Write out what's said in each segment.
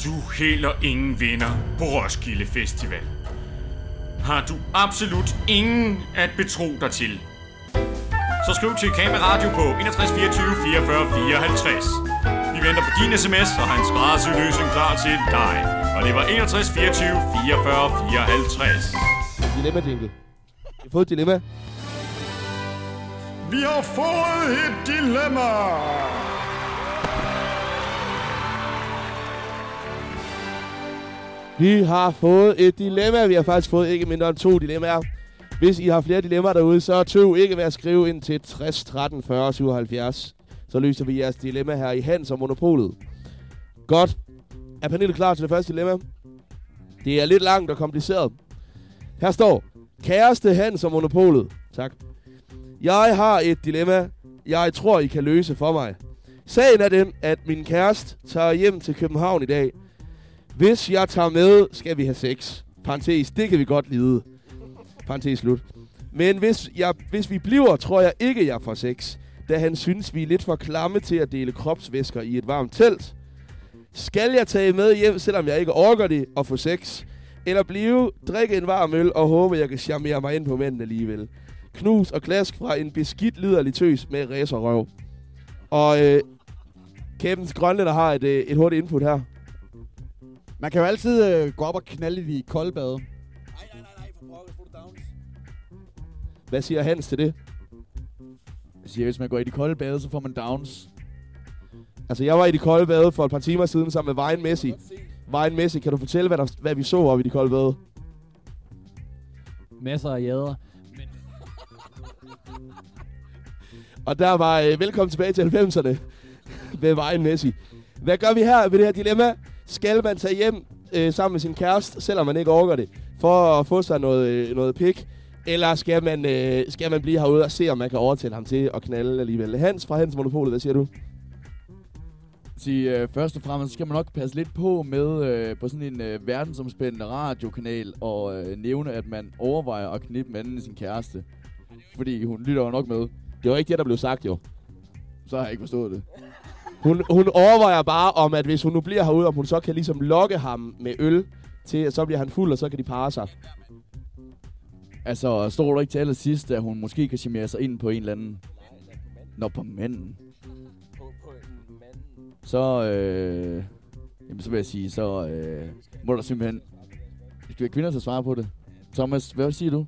Du heller ingen venner på Roskilde Festival. Har du absolut ingen at betro dig til? Så skriv til Kameradio på 61 24 44 54. Vi venter på din sms og har en skræddersyet løsning klar til dig. Og det var 61 24 44 54. Dilemma-jingle. Vi har fået et dilemma. Vi har fået et dilemma! Vi har fået et dilemma. Vi har faktisk fået ikke mindre end 2 dilemmaer. Hvis I har flere dilemmaer derude, så tøv ikke ved at skrive ind til 60 13 40 77. Så løser vi jeres dilemma her i Hans og Monopolet. Godt. Er Pernille klar til det første dilemma? Det er lidt langt og kompliceret. Her står: Kæreste Hans og Monopolet. Tak. Jeg har et dilemma, jeg tror, I kan løse for mig. Sagen er den, at min kæreste tager hjem til København i dag. Hvis jeg tager med, skal vi have sex. Parentes, det kan vi godt lide. Parentes slut. Men hvis vi bliver, tror jeg ikke, jeg får sex. Da han synes, vi er lidt for klamme til at dele kropsvæsker i et varmt telt. Skal jeg tage med hjem, selvom jeg ikke orker det, og få sex? Eller drikke en varm øl og håbe, jeg kan charmere mig ind på mænden alligevel? Knus og klask fra en beskidt liderlig tøs med racerrøv. Og Kæbens Grønlænder har et hurtigt input her. Man kan jo altid gå op og knalde i de kolde bade. Nej, for pokker, få det downs. Hvad siger Hans til det? Jeg siger, hvis man går i de kolde bade, så får man downs. Altså, jeg var i de kolde bade for et par timer siden sammen med Vejen Messi. Vejen Messi, kan du fortælle, hvad vi så oppe i de kolde bade? Masser af jader. Men... Og der var velkommen tilbage til 90'erne med Vejen Messi. Hvad gør vi her ved det her dilemma? Skal man tage hjem sammen med sin kæreste, selvom man ikke orker det, for at få sig noget pik? Eller skal man blive herude og se, om man kan overtale ham til at knalde alligevel? Hans fra Hans Monopolet, hvad siger du? Først og fremmest skal man nok passe lidt på med på sådan en verdensomspændende radiokanal og nævne, at man overvejer at knippe manden i sin kæreste. Fordi hun lytter jo nok med. Det var ikke det, der blev sagt, jo. Så har jeg ikke forstået det. Hun overvejer bare om, at hvis hun nu bliver herude, om hun så kan ligesom lokke ham med øl til, at så bliver han fuld, og så kan de parre sig. Altså, står du ikke til allersidst, at hun måske kan charmere sig ind på en eller anden? Nå, på manden. På en mand. Så, jamen, så vil jeg sige, så må der simpelthen... Det skal være kvinder til at svare på det. Thomas, hvad siger du?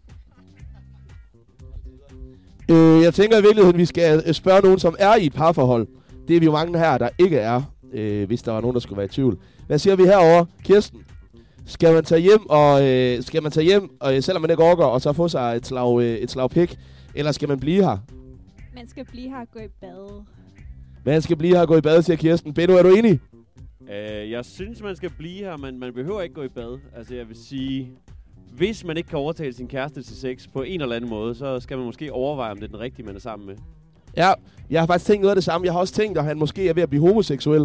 Jeg tænker i virkeligheden, vi skal spørge nogen, som er i et parforhold. Det er vi jo mange her, der ikke er, hvis der var nogen, der skulle være i tvivl. Hvad siger vi herover, Kirsten? Skal man tage hjem, og selvom man ikke orker, og så få sig et slag pik? Eller skal man blive her? Man skal blive her og gå i bad. Man skal blive her og gå i bad, siger Kirsten. Benno, er du enig? Jeg synes, man skal blive her, men man behøver ikke gå i bad. Altså, jeg vil sige, hvis man ikke kan overtale sin kæreste til sex på en eller anden måde, så skal man måske overveje, om det er den rigtige, man er sammen med. Ja, jeg har faktisk tænkt noget af det samme. Jeg har også tænkt, at han måske er ved at blive homoseksuel.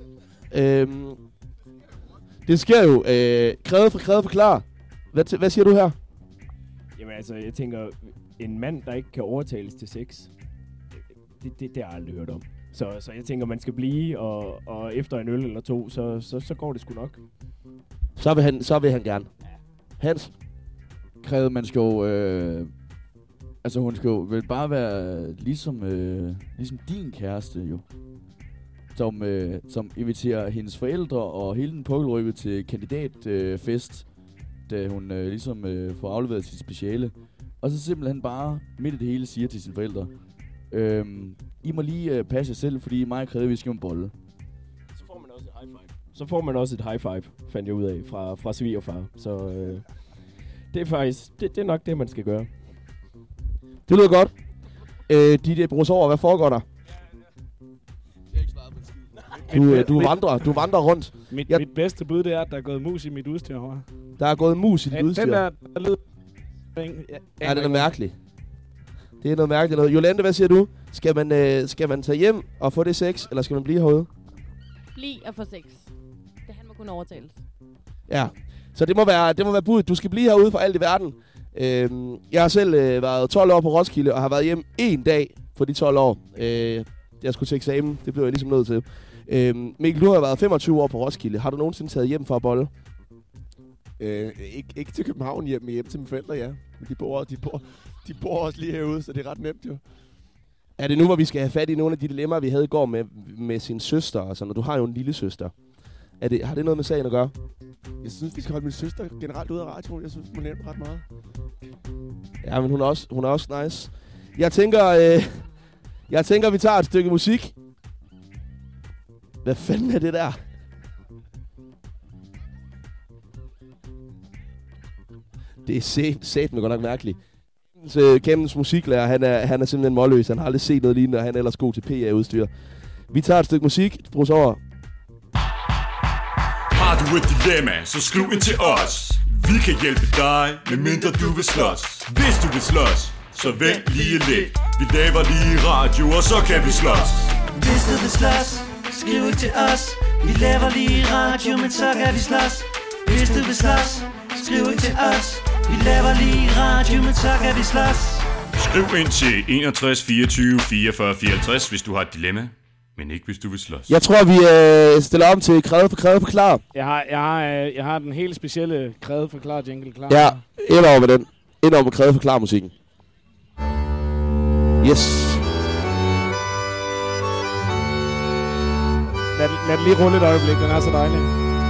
Det sker jo. Krævet for klar. Hvad siger du her? Jamen altså, jeg tænker, en mand, der ikke kan overtales til sex, det har jeg aldrig hørt om. Så jeg tænker, man skal blive, og efter en øl eller to, så går det sgu nok. Så vil han gerne. Hans? Krævet, man skal jo... altså, hun skal jo vel bare være ligesom din kæreste, jo. Som inviterer hendes forældre og hele den pukkelrykke til kandidatfest, da hun får afleveret sit speciale. Og så simpelthen bare midt i det hele siger til sine forældre, I må lige passe jer selv, fordi mig og Kræde, vi skal med bolle. Så får man også et high five, fandt jeg ud af, fra svigerfar. Så det er faktisk, det er nok det, man skal gøre. Det lyder godt. Ditte Brosår, hvad foregår der? Du vandrer rundt. Mit bedste bud, det er, at der er gået mus i mit udstyr. Der er gået mus i dit udstyr? Den der lyder... Ja, det er mærkeligt. Det er noget mærkeligt noget. Jolande, hvad siger du? Skal man tage hjem og få det sex, eller skal man blive herude? Bliv og få sex. Det han må kunne overtales. Ja, så det må være budet. Du skal blive herude for alt i verden. Jeg har selv været 12 år på Roskilde, og har været hjem en dag for de 12 år. Jeg skulle til eksamen. Det blev jeg ligesom nødt til. Mikkel, du har været 25 år på Roskilde. Har du nogensinde taget hjem for at bolle? Ikke til København hjem til mine forældre, ja. Men de bor også lige herude, så det er ret nemt jo. Er det nu, hvor vi skal have fat i nogle af de dilemmaer, vi havde i går med sin søster? Altså, når du har jo en lille søster. Har det noget med sagen at gøre? Jeg synes, vi skal holde min søster generelt ud af radioen. Jeg synes, hun nævner ret meget. Ja, men hun er også nice. Jeg tænker, vi tager et stykke musik. Hvad fanden er det der? Det er satme godt nok mærkeligt. Kemmens musiklærer, han er simpelthen målløs. Han har aldrig set noget lignende, og han er ellers god til PA-udstyr. Vi tager et stykke musik. Brus over. Har du et dilemma, så skriv ind til os. Vi kan hjælpe dig, medmindre du vil slås. Hvis du vil slås, så vent lige lidt. Vi laver lige radio, og så kan vi slås. Hvis du vil slås, skriv ind til os. Vi laver lige radio, men så kan vi slås. Hvis du vil slås, skriv ind til os. Vi laver lige radio, men så kan vi slås. Skriv ind til 61 24 44 54, hvis du har et dilemma. Men ikke hvis du vil slås. Jeg tror, vi stiller om til krævet for klar. Jeg har den helt specielle krævet for klar jingle klar. Ja, ind over med den. Ind over med krævet for klar musikken. Yes. Lad det lige rulle et øjeblik, den er så dejlig.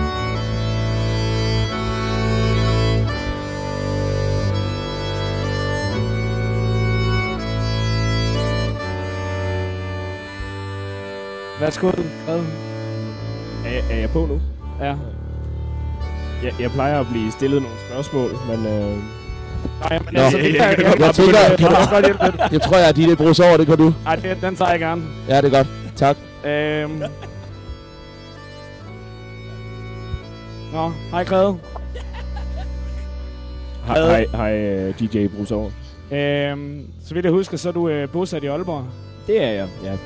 Værsgo, Kræven. Er jeg på nu? Ja. Jeg plejer at blive stillet nogle spørgsmål, men... Nej, men altså, jeg tror, jeg er dit brus over, det kan du. Ej, den tager jeg gerne. Ja, det er godt. Tak. Nå, hej Kræven. Hej DJ Brus over. Så vidt jeg husker, så er du bosat i Aalborg. Det er jeg, ja.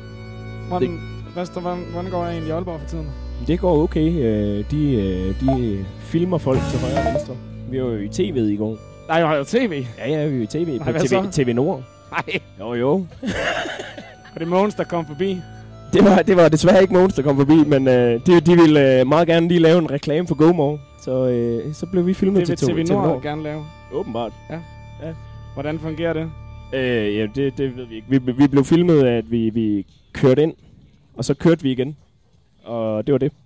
Hvordan går det egentlig i Aalborg for tiden? Det går okay. De filmer folk til højre og venstre. Vi var jo i tv'et i går. Nej, jeg har jo tv. Ja, vi var i tv. Nej, på TV Nord. Nej. Jo. Og det er Mogens, der kom forbi. Det var desværre ikke Mogens, der kom forbi, men de ville meget gerne lige lave en reklame for GoMore. Så blev vi filmet til TV Nord gerne lave. Åbenbart. Ja. Hvordan fungerer det? Ja, det ved vi ikke. Vi blev filmet af, at vi kørte ind, og så kørte vi igen. Og det var det.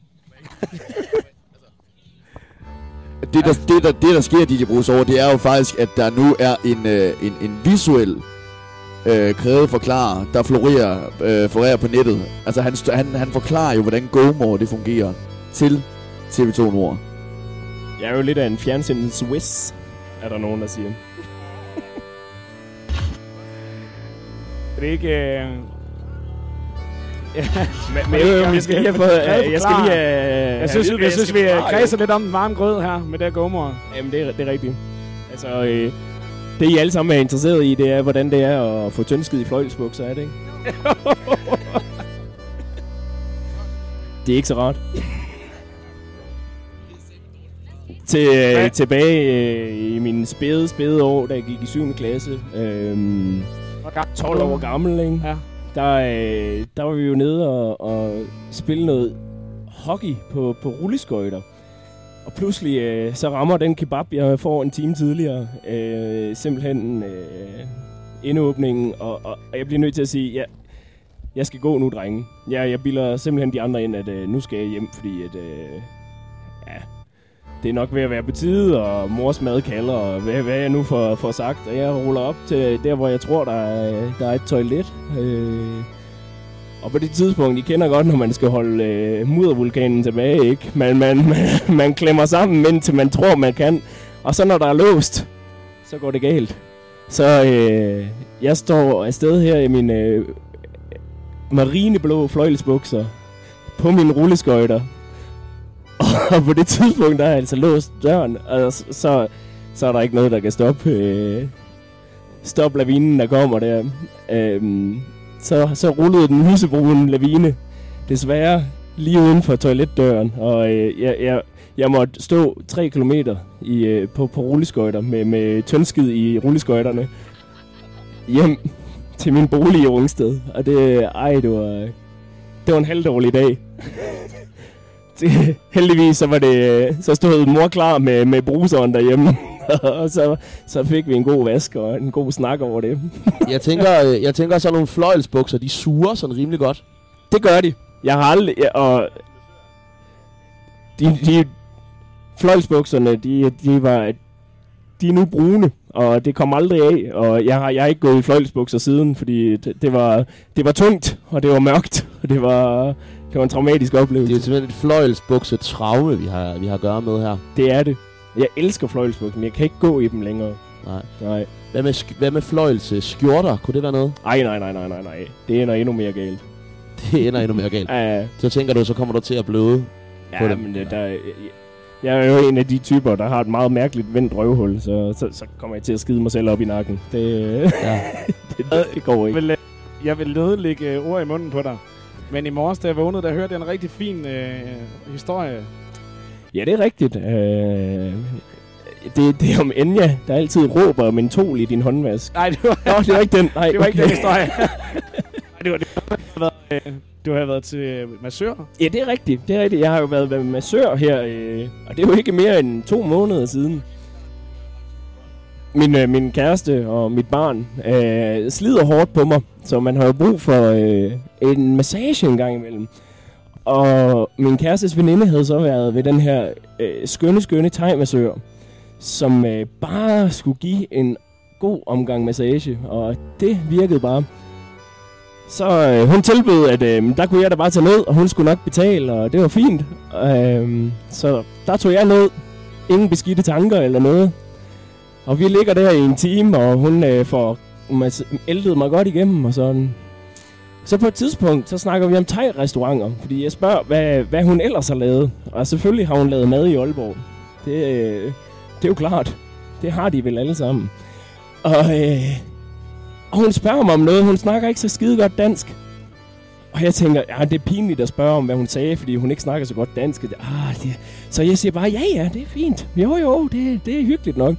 Det der sker, DJ Brus over, det er jo faktisk, at der nu er en visuel krævet forklarer, der florerer på nettet. Altså han forklarer jo, hvordan GoMore det fungerer til TV2 Nord. Jeg er jo lidt af en fjernsynets whiz, er der nogen, der siger. Det er ikke... Jeg skal lige have... Jeg synes, vi kredser lidt om den varme grød her med det GoMore. Jamen, det er rigtigt. Altså, det I alle sammen er interesseret i, det er, hvordan det er at få tyndskid i fløjlsbukser, er det ikke? Det er ikke så rart. Tilbage i mine spæde år, da jeg gik i 7. klasse. 12 år gammel, ikke? Ja. Der var vi jo nede og spille noget hockey på rulleskøjter. Og pludselig så rammer den kebab, jeg får en time tidligere, simpelthen indåbningen. Og jeg bliver nødt til at sige, ja, jeg skal gå nu, drenge. Jeg bilder simpelthen de andre ind, at nu skal jeg hjem, fordi at, det er nok ved at være på tide, og mors mad kalder, og hvad jeg nu får sagt. Og jeg ruller op til der, hvor jeg tror, der er et toilet. Og på det tidspunkt, I kender godt, når man skal holde muddervulkanen tilbage, ikke? Man klemmer sammen, indtil man tror, man kan. Og så når der er låst, så går det galt. Så jeg står afsted her i mine marineblå fløjlsbukser på mine rulleskøjter. Og på det tidspunkt, der er altså låst døren, og så er der ikke noget, der kan stoppe lavinen, der kommer der. Så rullede den lysebrune lavine desværre lige uden for toiletdøren, og jeg måtte stå 3 kilometer på rulleskøjter med tyndskid i rulleskøjterne hjem til min bolig i Rungsted. Og det det var en halvdårlig dag. Heldigvis så stod mor klar med bruseren derhjemme. Og så fik vi en god vask og en god snak over det. Jeg tænker så nogle fløjelsbukser, de suger sådan rimelig godt. Det gør de. Jeg har aldrig... Og de fløjelsbukserne, de er nu brune, og det kom aldrig af. Og jeg har ikke gået i fløjelsbukser siden, fordi det var tungt, og det var mørkt, og det var en traumatisk oplevelse. Det er simpelthen et fløjelsbukse-traume, vi har at gøre med her. Det er det. Jeg elsker fløjelsbukser, men jeg kan ikke gå i dem længere. Nej. Hvad med fløjelsskjorter? Kunne det være noget? Nej. Det ender endnu mere galt. Det ender endnu mere galt? Ja. Så tænker du, så kommer du til at bløde på dem? Men jeg er jo en af de typer, der har et meget mærkeligt vendt røvhul, så kommer jeg til at skide mig selv op i nakken. Det går ikke. Jeg vil lægge ord i munden på dig. Men i morges, da jeg vågnede, der hørte jeg en rigtig fin historie. Ja, det er rigtigt. Det er om Enya, der altid råber mentol i din håndvask. Nej, det var ikke den. Nej, det var ikke den historie. Du har været til massør? Ja, det er rigtigt. Jeg har jo været massør her, og det er jo ikke mere end 2 måneder siden. Min kæreste og mit barn slider hårdt på mig, så man har jo brug for en massage en gang imellem. Og min kærestes veninde havde så været ved den her skønne thai-massør, som bare skulle give en god omgang massage, og det virkede bare. Så hun tilbød, at der kunne jeg da bare tage ned, og hun skulle nok betale, og det var fint. Så der tog jeg ned. Ingen beskidte tanker eller noget. Og vi ligger der i en time, og hun får ældet mig godt igennem og sådan. Så på et tidspunkt, så snakker vi om thai-restauranter, fordi jeg spørger, hvad hun ellers har lavet. Og selvfølgelig har hun lavet mad i Aalborg. Det er jo klart. Det har de vel alle sammen. Og hun spørger mig om noget. Hun snakker ikke så skide godt dansk. Og jeg tænker, ja, det er pinligt at spørge om, hvad hun sagde, fordi hun ikke snakker så godt dansk. Så jeg siger bare, ja, det er fint. Jo, det er hyggeligt nok.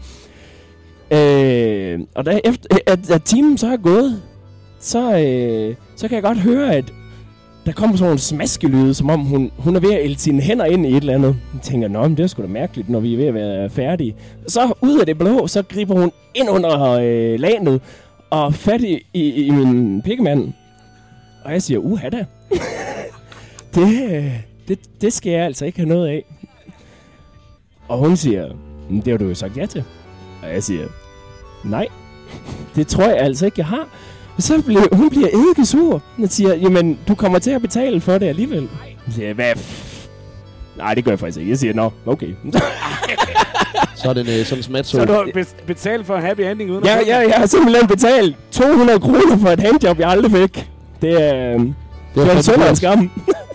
Og da efter at timen så er gået, så kan jeg godt høre, at der kommer sådan nogle smaskelyde, som om hun er ved at ælde sine hænder ind i et eller andet. Jeg tænker, nå, men det er sgu da mærkeligt, når vi er ved at være færdige. Så ud af det blå, så griber hun ind under lanet og fat i min pikkemand. Og jeg siger, uha da. det skal jeg altså ikke have noget af. Og hun siger, det har du jo sagt ja til. Og jeg siger, nej, det tror jeg altså ikke, jeg har. Og så hun bliver eddikesur. Og siger, jamen, du kommer til at betale for det alligevel. Jeg siger, nej, det gør jeg faktisk ikke. Jeg siger, nå, okay. Så er det sådan smatsol. Så du har betalt for en happy ending uden jeg har simpelthen betalt 200 kroner for et handjob, jeg aldrig fik. Det er en sønder skam.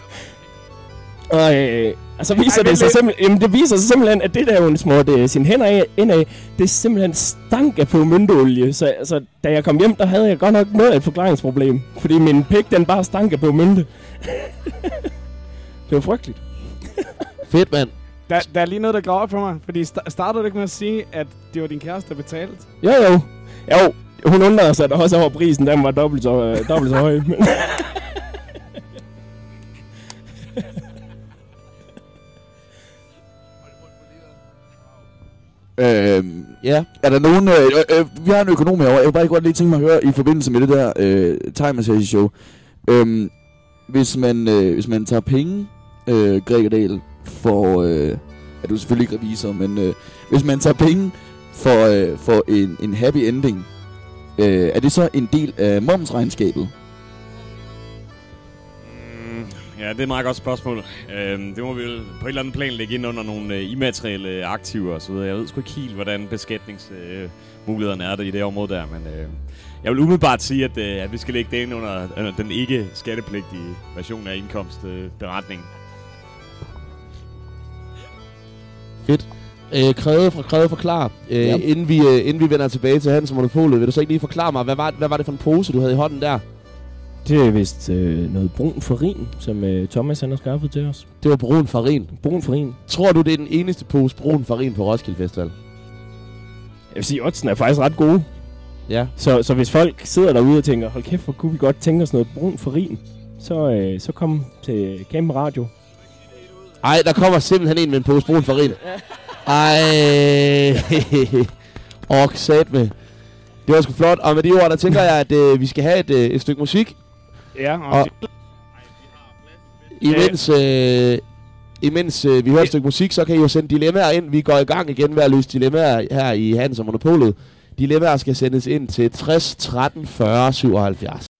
Og så viser det sig simpelthen, det viser sig simpelthen, at det der hun smurte sine hænder indad, det er simpelthen stank af pebermynteolie. Så da jeg kom hjem, der havde jeg godt nok noget af et forklaringsproblem. Fordi min pik, den bare stank af pebermynte. Det var frygteligt. Fedt, mand. Der er lige noget, der går op på mig. Fordi startede du ikke med at sige, at det var din kæreste, der betalte? Jo. Hun undrede sig, at også over prisen, den var dobbelt så høj. Ja. Er der nogen... vi har en økonom herovre. Jeg vil bare godt lige tænke mig at høre i forbindelse med det der thai-massage-show. Hvis man tager penge, Gregerdal, for... du er selvfølgelig ikke revisor, men hvis man tager penge for en happy ending, er det så en del af momsregnskabet? Ja, det er et meget godt spørgsmål. Det må vi vel på et eller andet plan lægge ind under nogle immaterielle aktiver og så videre. Jeg ved sgu ikke helt, hvordan beskatningsmulighederne er der i det område der, men jeg vil umiddelbart sige, at vi skal lægge det ind under den ikke skattepligtige version af indkomstberetningen. Fedt. Kræde forklar. Inden vi vender tilbage til Hans og Monopolet, vil du så ikke lige forklare mig, hvad var det for en pose, du havde i hånden der? Det er vist noget brun farin, som Thomas han har skaffet til os. Det var brun farin? Brun farin. Tror du, det er den eneste pose brun farin på Roskilde Festival? Jeg vil sige, oddsen er faktisk ret gode. Ja. Så hvis folk sidder derude og tænker, hold kæft, hvor kunne vi godt tænke os noget brun farin, så kom til Camp Radio. Ej, der kommer simpelthen en med en pose brun farin. Ej. Sat med. Det var sgu flot. Og med de ord, der tænker jeg, at vi skal have et stykke musik. Ja, og imens vi hører et stykke musik, så kan I jo sende dilemmaer ind. Vi går i gang igen med at løse dilemmaer her i Hans og Monopolet. Dilemmaer skal sendes ind til 60 13 40 77.